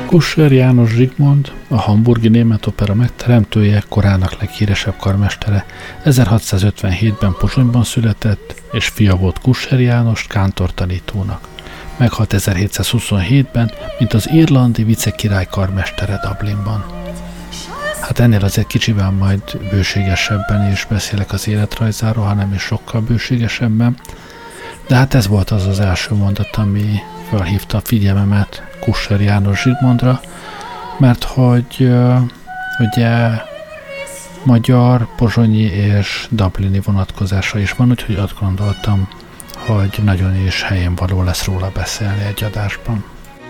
Kusser János Zsigmond, a hamburgi német opera megteremtője, korának leghíresebb karmestere. 1657-ben Pozsonyban született, és fia volt Kusser János kántortanítónak. Meghalt 1727-ben, mint az irlandi vicekirály karmestere Dublinban. Hát ennél azért kicsivel majd bőségesebben is beszélek az életrajzáról, hanem is sokkal bőségesebben. De hát ez volt az az első mondat, ami felhívta a figyelmemet Kusser János Zsigmondra, mert hogy ugye magyar, pozsonyi és dublini vonatkozása is van, úgyhogy azt gondoltam, hogy nagyon is helyén való lesz róla beszélni egy adásban.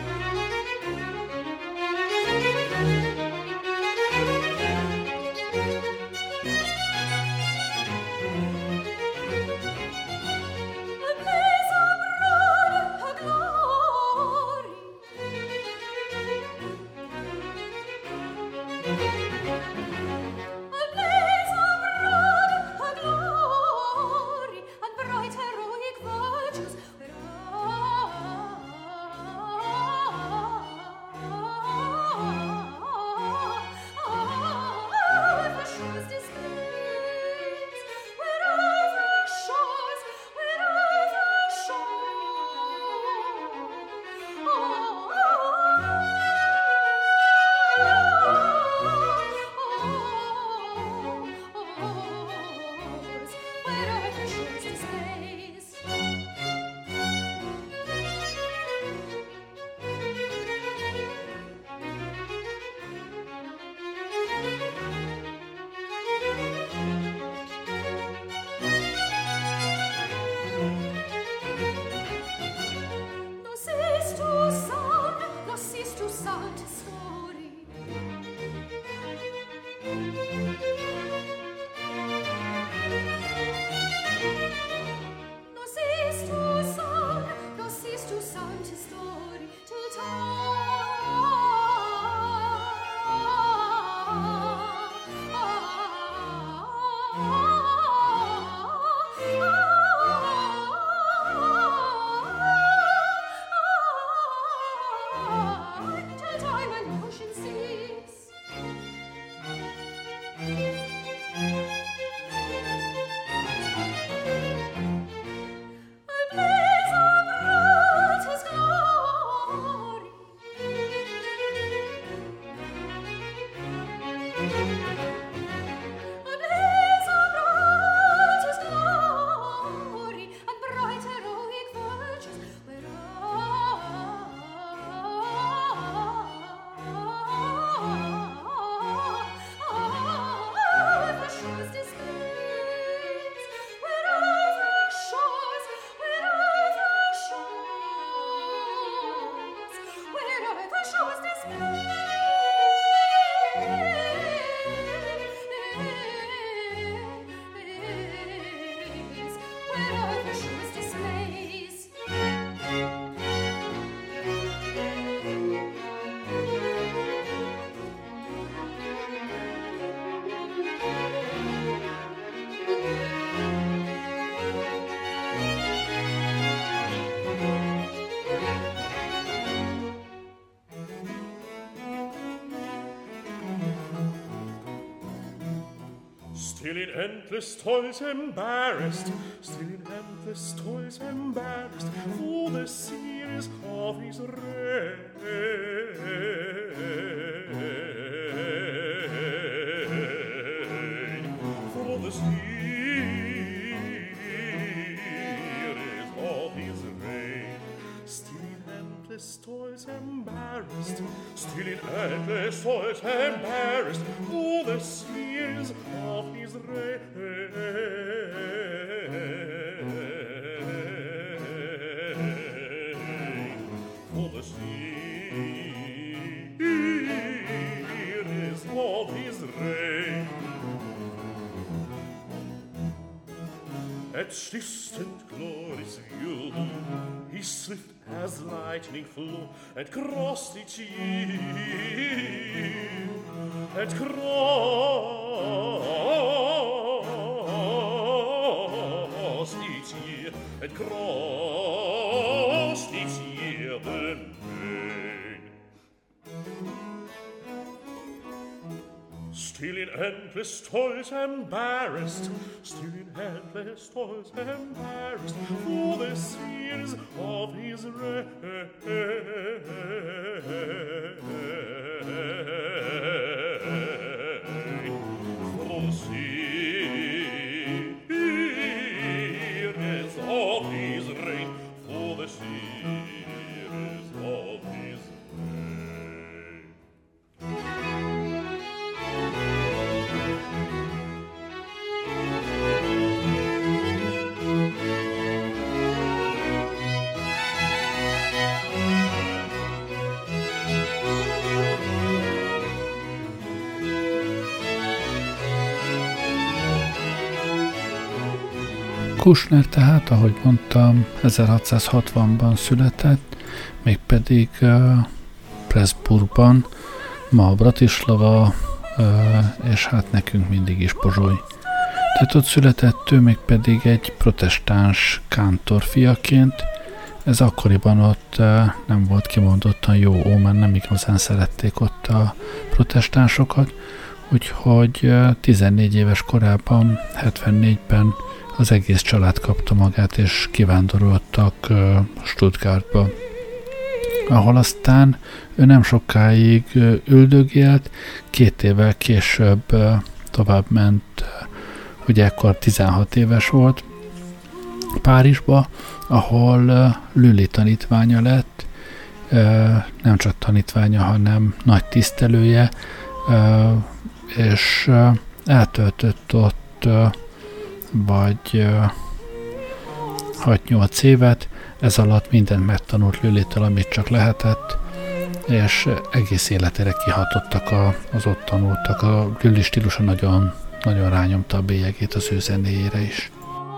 Still in endless toils embarrassed, still in endless toils embarrassed, for the series of his reign. For the series of his reign. Still in endless toils embarrassed, still in endless toils embarrassed, for the series of his reign. For the series of his reign. At distant glory's view, he swift as lightning flew, and crossed each year, and crossed each year, and crossed each year the main. still in endless toils embarrassed, still in endless toils embarrassed, for the seals of his reign. For the seals of his reign, for the seals of his reign. Kushner tehát, ahogy mondtam, 1660-ban született, mégpedig Pressburgban, ma Bratislava, és hát nekünk mindig is Pozsony. Tehát ott született ő, mégpedig egy protestáns kántor fiaként. Ez akkoriban ott nem volt kimondottan jó ómen, nem igazán szerették ott a protestánsokat, úgyhogy 14 éves korában, 74-ben az egész család kapta magát, és kivándoroltak Stuttgartba, ahol aztán ő nem sokáig üldögélt, 2 évvel később tovább ment, ugye ekkor 16 éves volt, Párizsba, ahol Lully tanítványa lett, nem csak tanítványa, hanem nagy tisztelője, és eltöltött ott vagy 6-8 évet, ez alatt mindent megtanult Lullytől, amit csak lehetett, és egész életére kihatottak az ott tanultak. A Lully stílusa nagyon, nagyon rányomta a bélyegét az ő zenéjére is.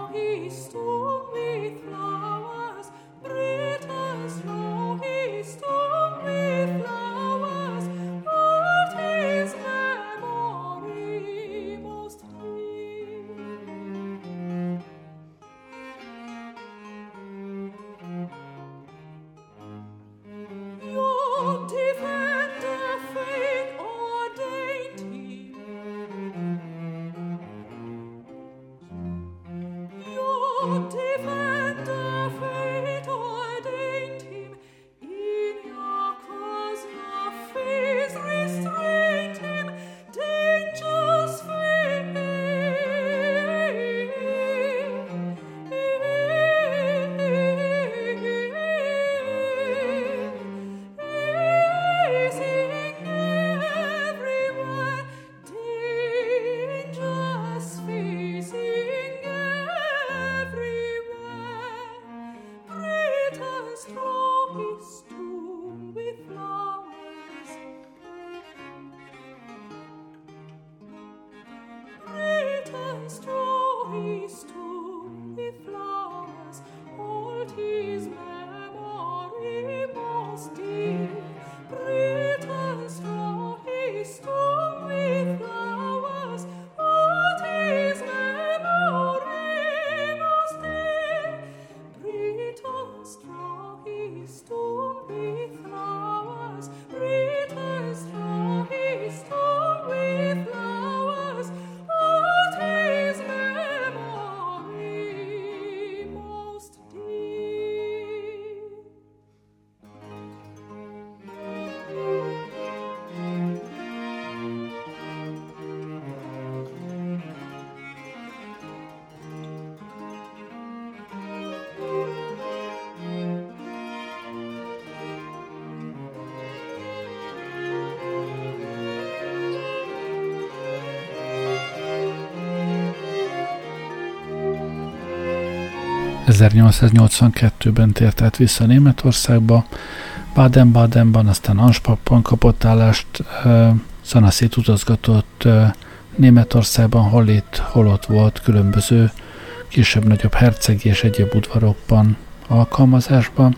...1882-ben tért át vissza Németországba, Baden-Badenban, aztán Anspachban kapott állást, szanaszét utazgatott Németországban, hol ott volt különböző kisebb-nagyobb hercegi és egyéb udvarokban alkalmazásban,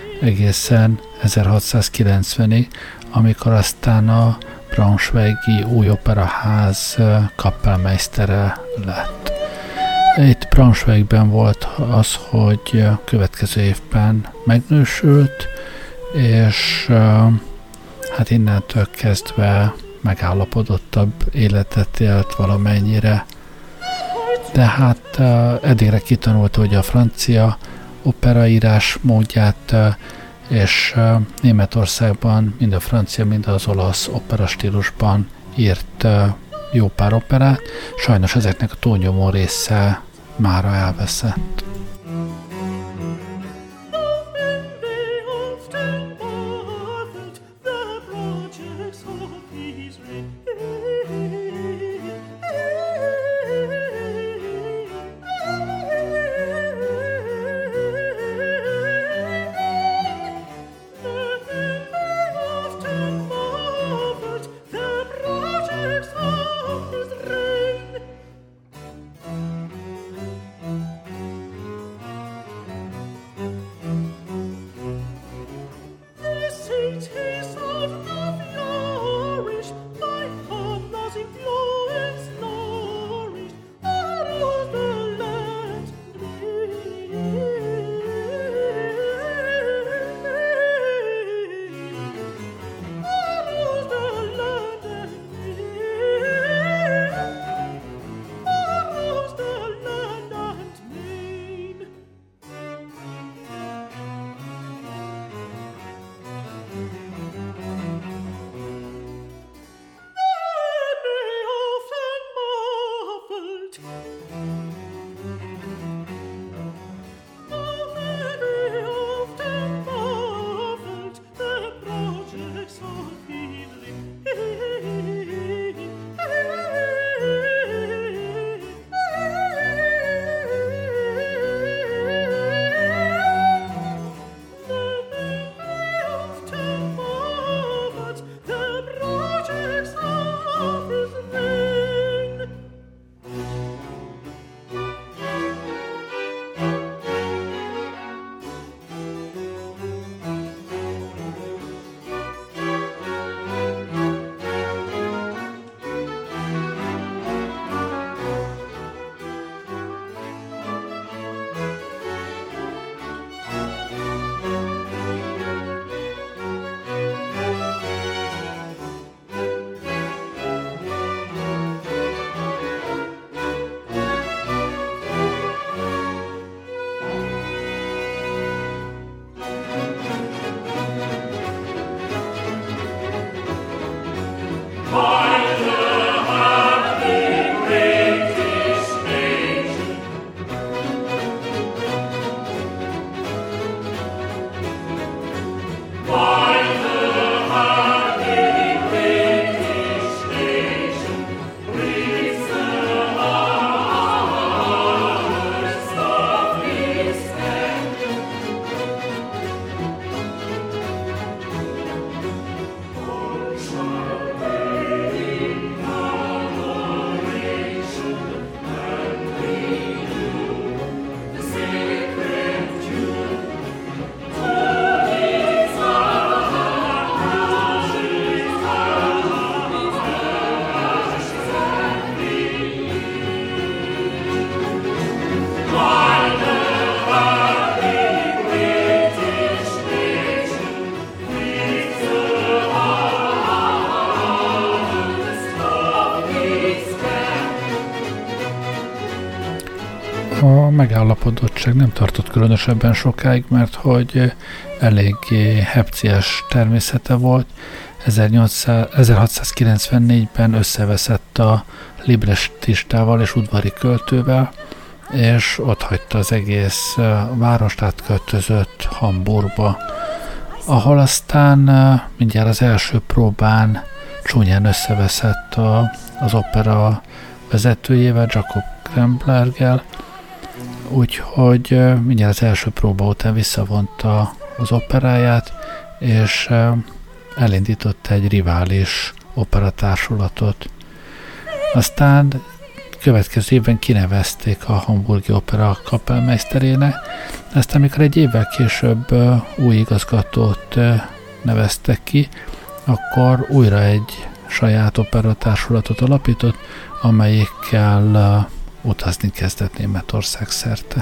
egészen 1690-ig, amikor aztán a Braunschweigi új operaház Kapellmeistere lett. Itt Braunschweigben volt az, hogy következő évben megnősült, és hát innentől kezdve megállapodottabb életet élt valamennyire. De hát eddigre kitanulta, hogy a francia operaírás módját, és Németországban mind a francia, mind az olasz opera stílusban írt jó pár operát. Sajnos ezeknek a túlnyomó része mára elveszett. A megállapodottság nem tartott különösebben sokáig, mert hogy eléggé hepcies természete volt. 1694-ben összeveszett a librettistával és udvari költővel, és ott hagyta az egész várost, átköltözött Hamburgba, ahol aztán mindjárt az első próbán csúnyán összeveszett az opera vezetőjével, Jakob Kremblerggel, úgyhogy mindjárt az első próba után visszavonta az operáját, és elindított egy rivális operatársulatot. Aztán következő évben kinevezték a Hamburgi Opera kapellmeisterének, aztán amikor egy évvel később új igazgatót neveztek ki, akkor újra egy saját operatársulatot alapított, amelyikkel utazni kezdett Németország szerte.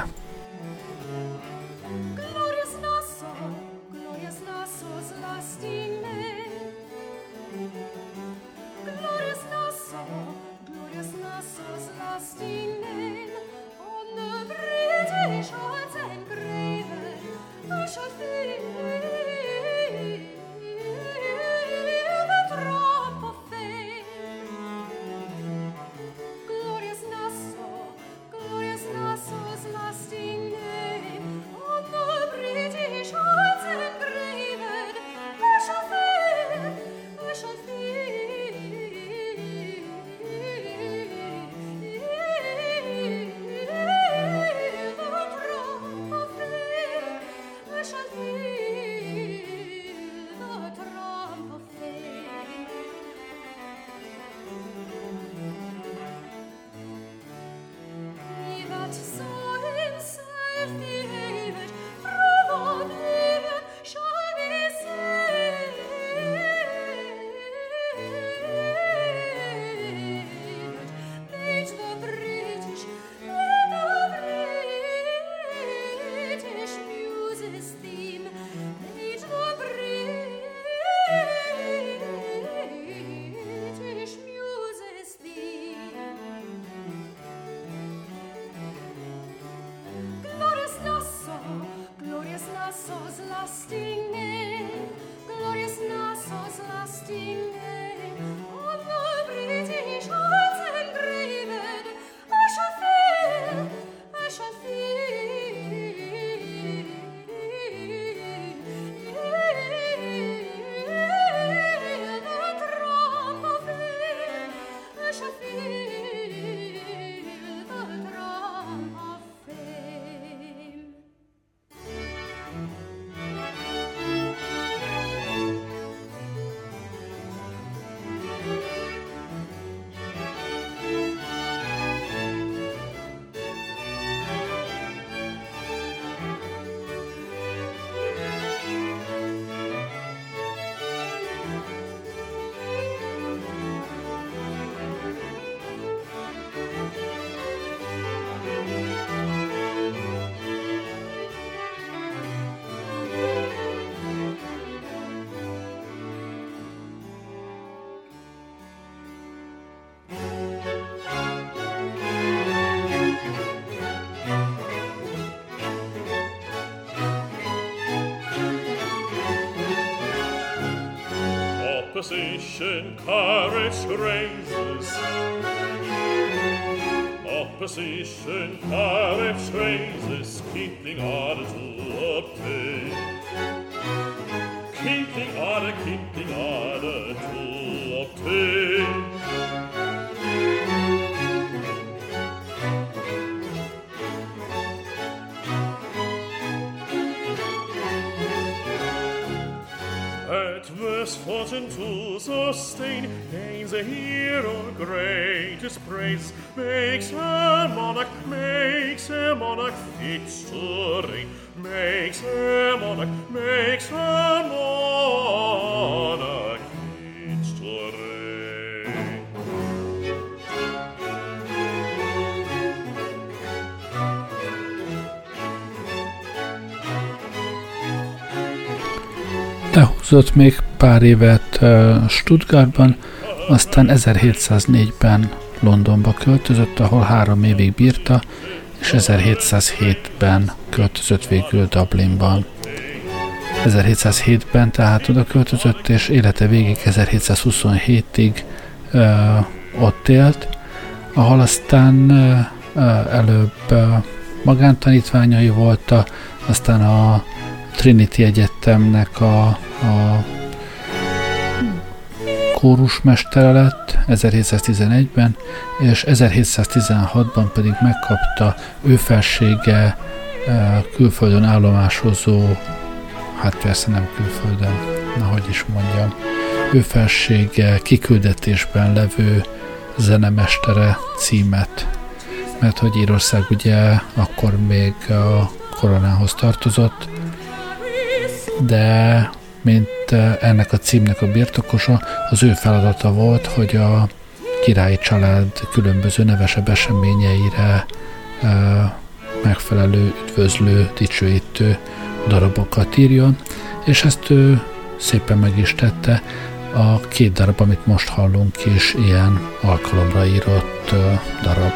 Opposition courage raises. Opposition courage raises, keeping order to obtain. Keeping order to obtain. Adverse fortune to sustain, gains a hero greatest praise, makes a monarch fit to reign, makes a monarch fit to reign. Lehúzott még pár évet Stuttgartban, aztán 1704-ben Londonba költözött, ahol 3 évig bírta, és 1707-ben költözött végül Dublinban. 1707-ben tehát oda költözött, és élete végig 1727-ig ott élt, ahol aztán előbb magántanítványai voltak, aztán a Trinity Egyetemnek a kórusmestere lett 1711-ben, és 1716-ban pedig megkapta ő felsége külföldön állomásozó, hát persze nem külföldön, ahogy is mondjam, ő felsége kiküldetésben levő zenemestere címet, mert hogy Írország ugye akkor még a koronához tartozott, de mint ennek a címnek a birtokosa, az ő feladata volt, hogy a királyi család különböző nevesebb eseményeire megfelelő, üdvözlő, dicsőítő darabokat írjon, és ezt ő szépen meg is tette. A 2 darab, amit most hallunk is, ilyen alkalomra írott darab.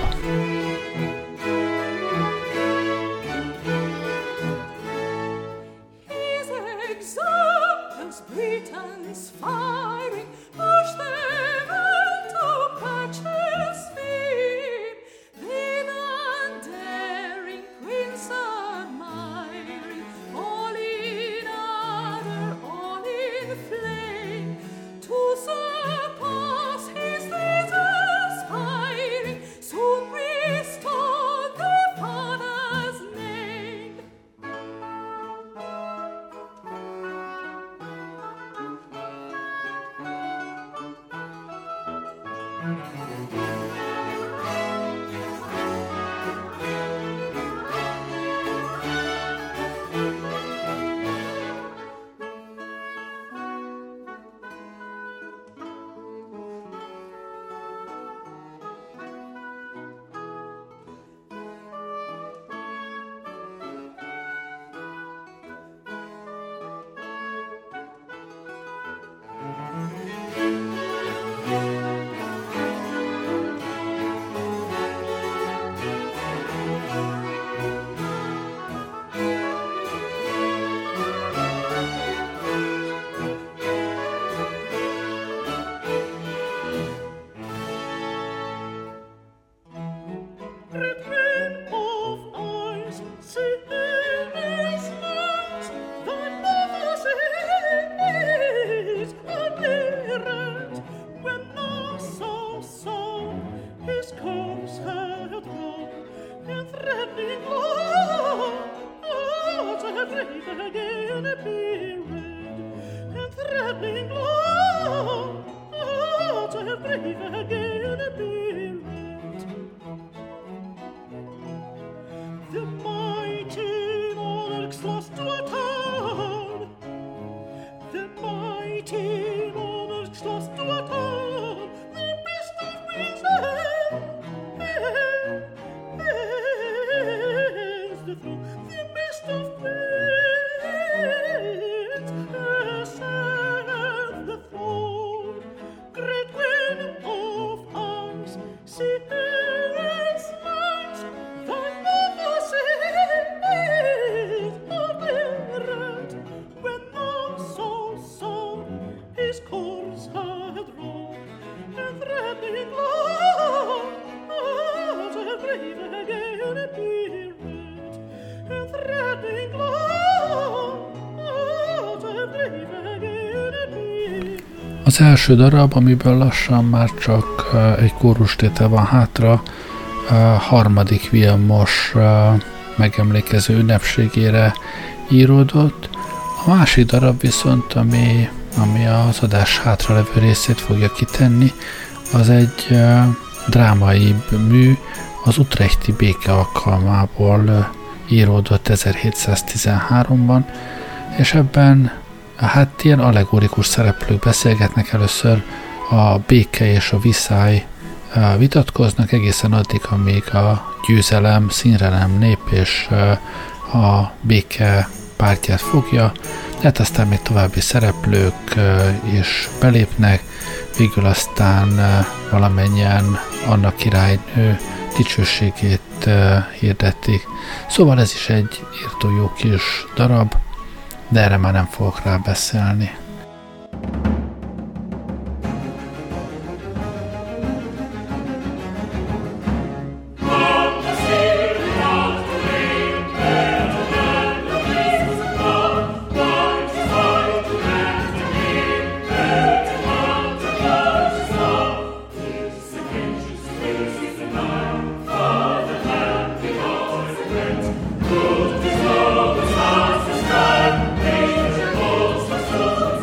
Az első darab, amiből lassan már csak egy kórustétel van hátra, harmadik Vilmos megemlékező ünnepségére íródott. A másik darab viszont, ami az adás hátralevő részét fogja kitenni, az egy drámai mű, az utrechti béke alkalmából íródott 1713-ban, és ebben hát ilyen allegorikus szereplők beszélgetnek, először a béke és a viszály vitatkoznak egészen addig, amíg a győzelem, színrelem, nép és a béke pártját fogja, de hát aztán még további szereplők is belépnek, végül aztán valamennyien annak királynő dicsőségét hirdetik. Szóval ez is egy írtó jó kis darab, de erre már nem fogok rá beszélni. Good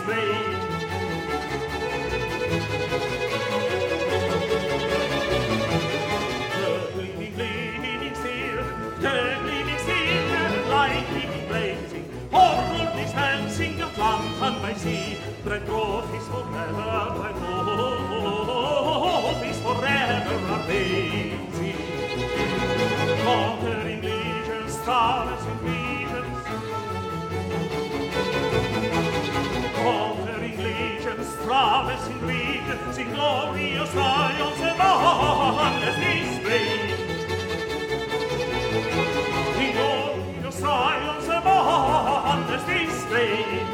strange. The gleaming steel, and lightning blazing, horror is dancing, Atlantan by sea, red trophies forever, red trophies forever are blazing. Conquering legions, stars and regions, conquering legions, traversing regions, in glorious triumphs above this range. In glorious triumphs above this range.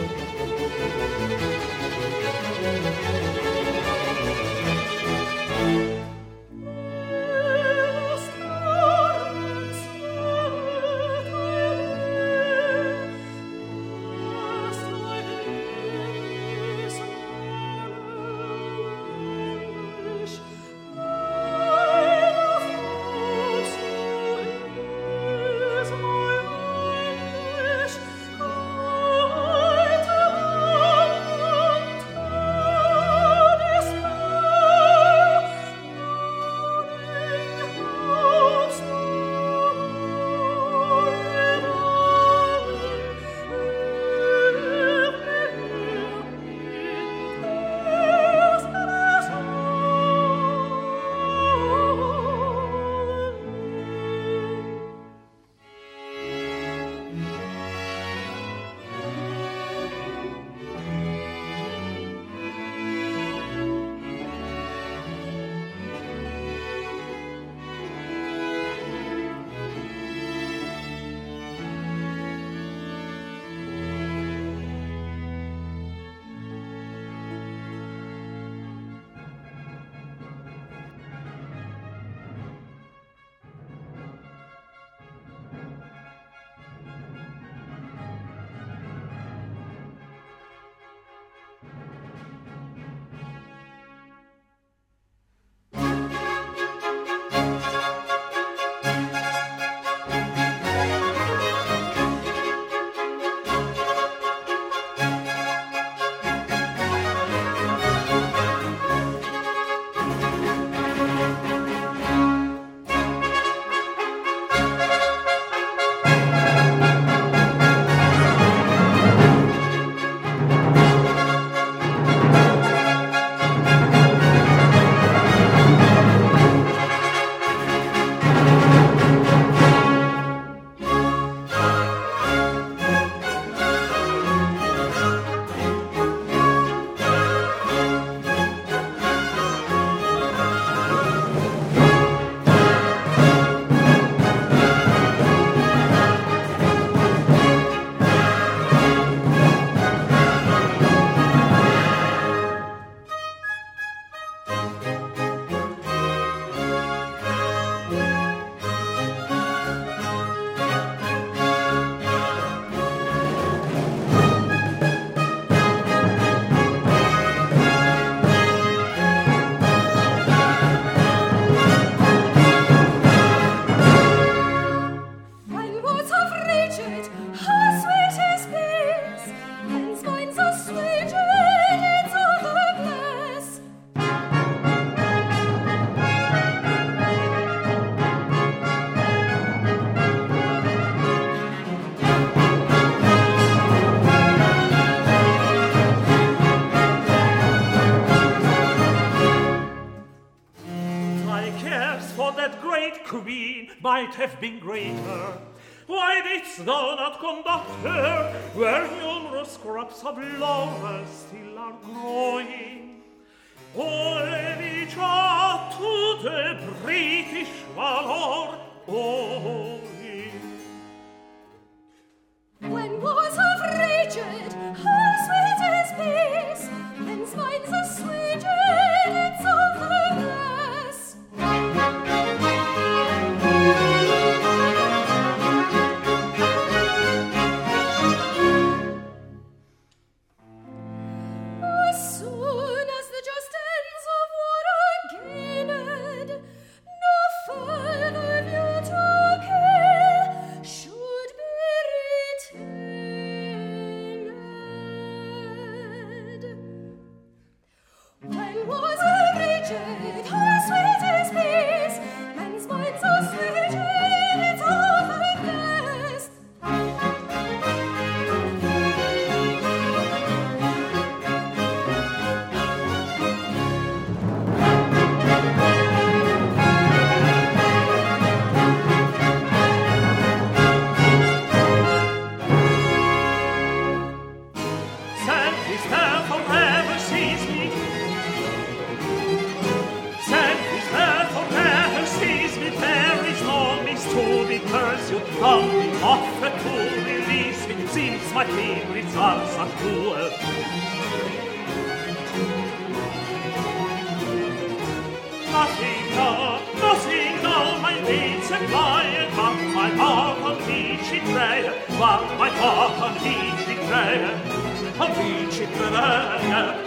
Queen might have been greater. Why didst thou not conduct her where numerous crops of laurel still are growing? Olivia to the British valor owing. When wars have raged, how sweet is peace, when smiles are sweeted, it's of the bliss. As soon as the just ends of war are gained, no further view to care. Dammi moffe tu bellissimi, since my favorites are so cool. Nothing now, my mates and flying, but my heart on beachy trail, but my heart on beachy trail, on beachy trail.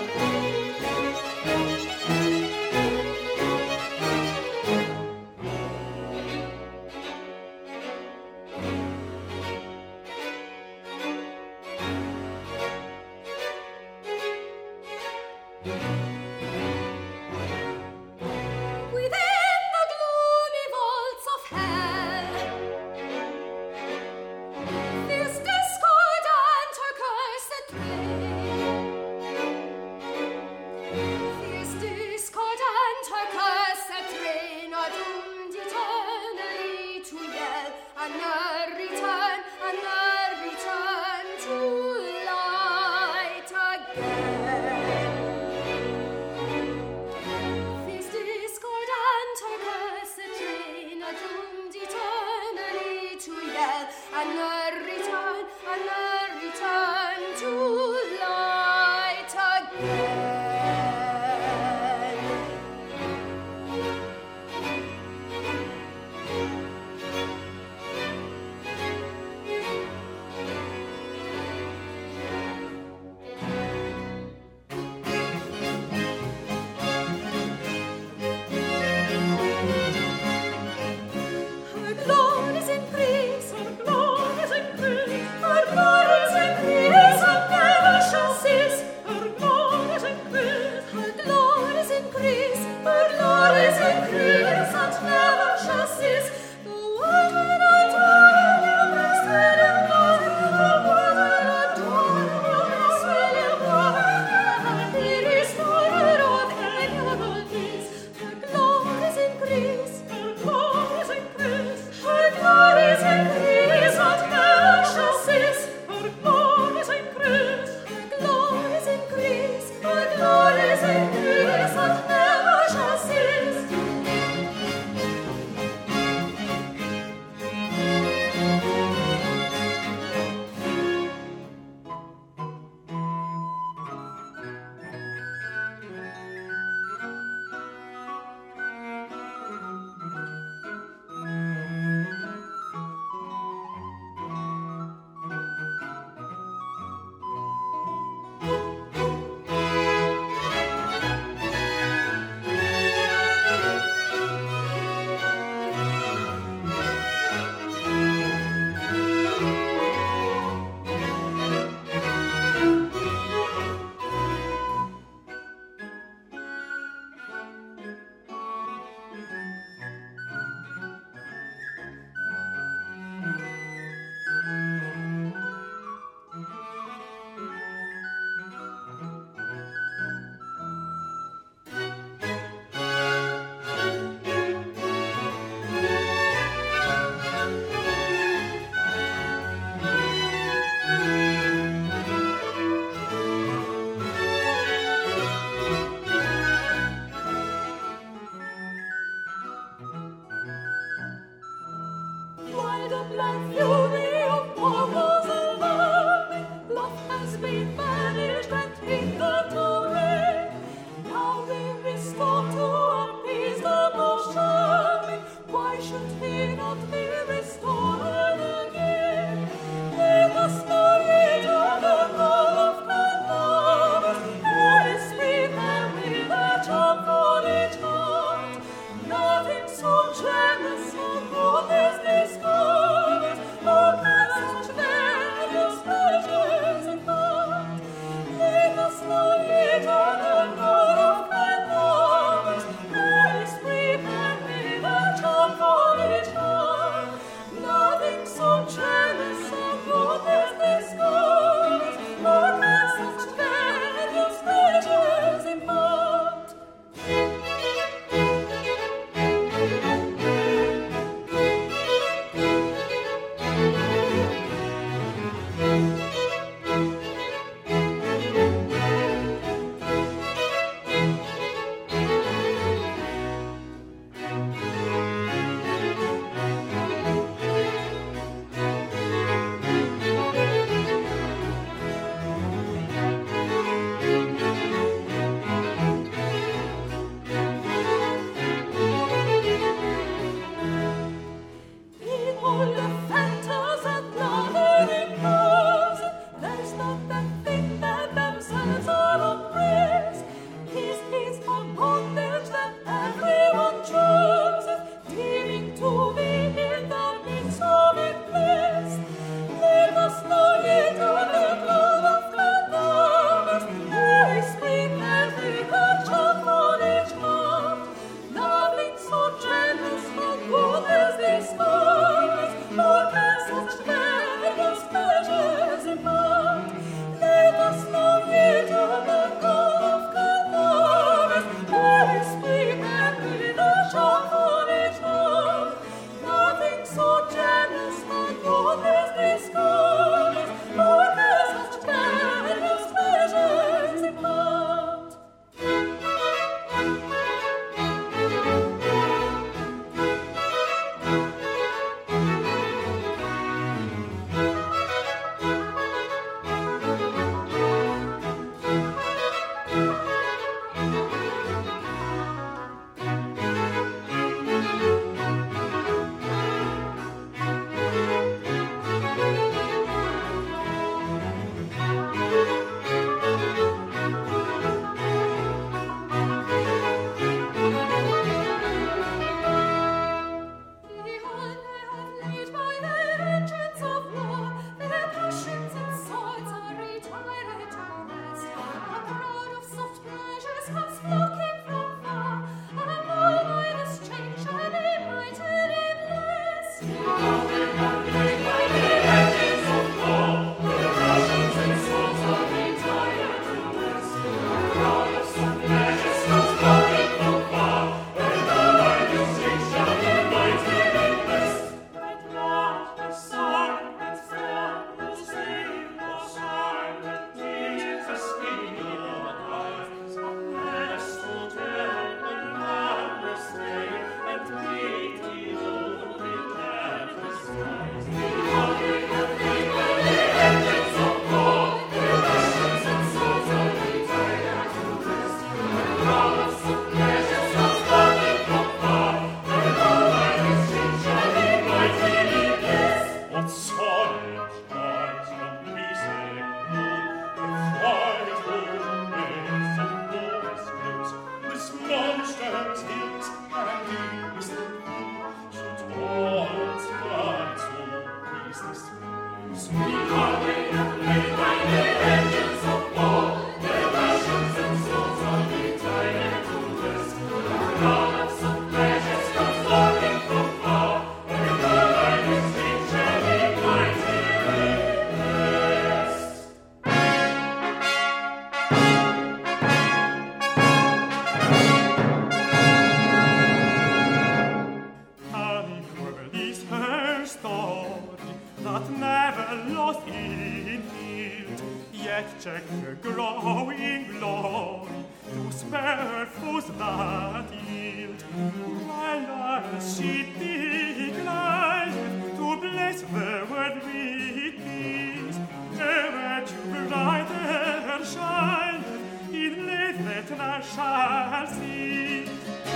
check the growing glory to spare foes that yield. While she declined to bless the word with peace, ever to brighter shine in late that I shall see.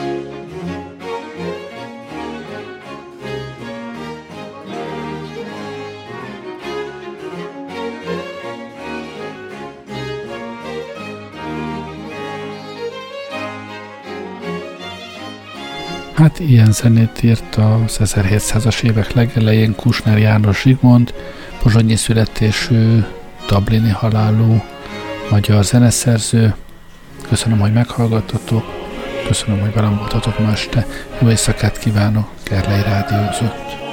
Hát ilyen zenét írt az 1700-as évek legelején Kouchner János Zsigmond, pozsonyi születésű, dublini halálú magyar zeneszerző. Köszönöm, hogy meghallgattatok, köszönöm, hogy velem voltatok ma este. Jó éjszakát kívánok, Gerlei rádiózott.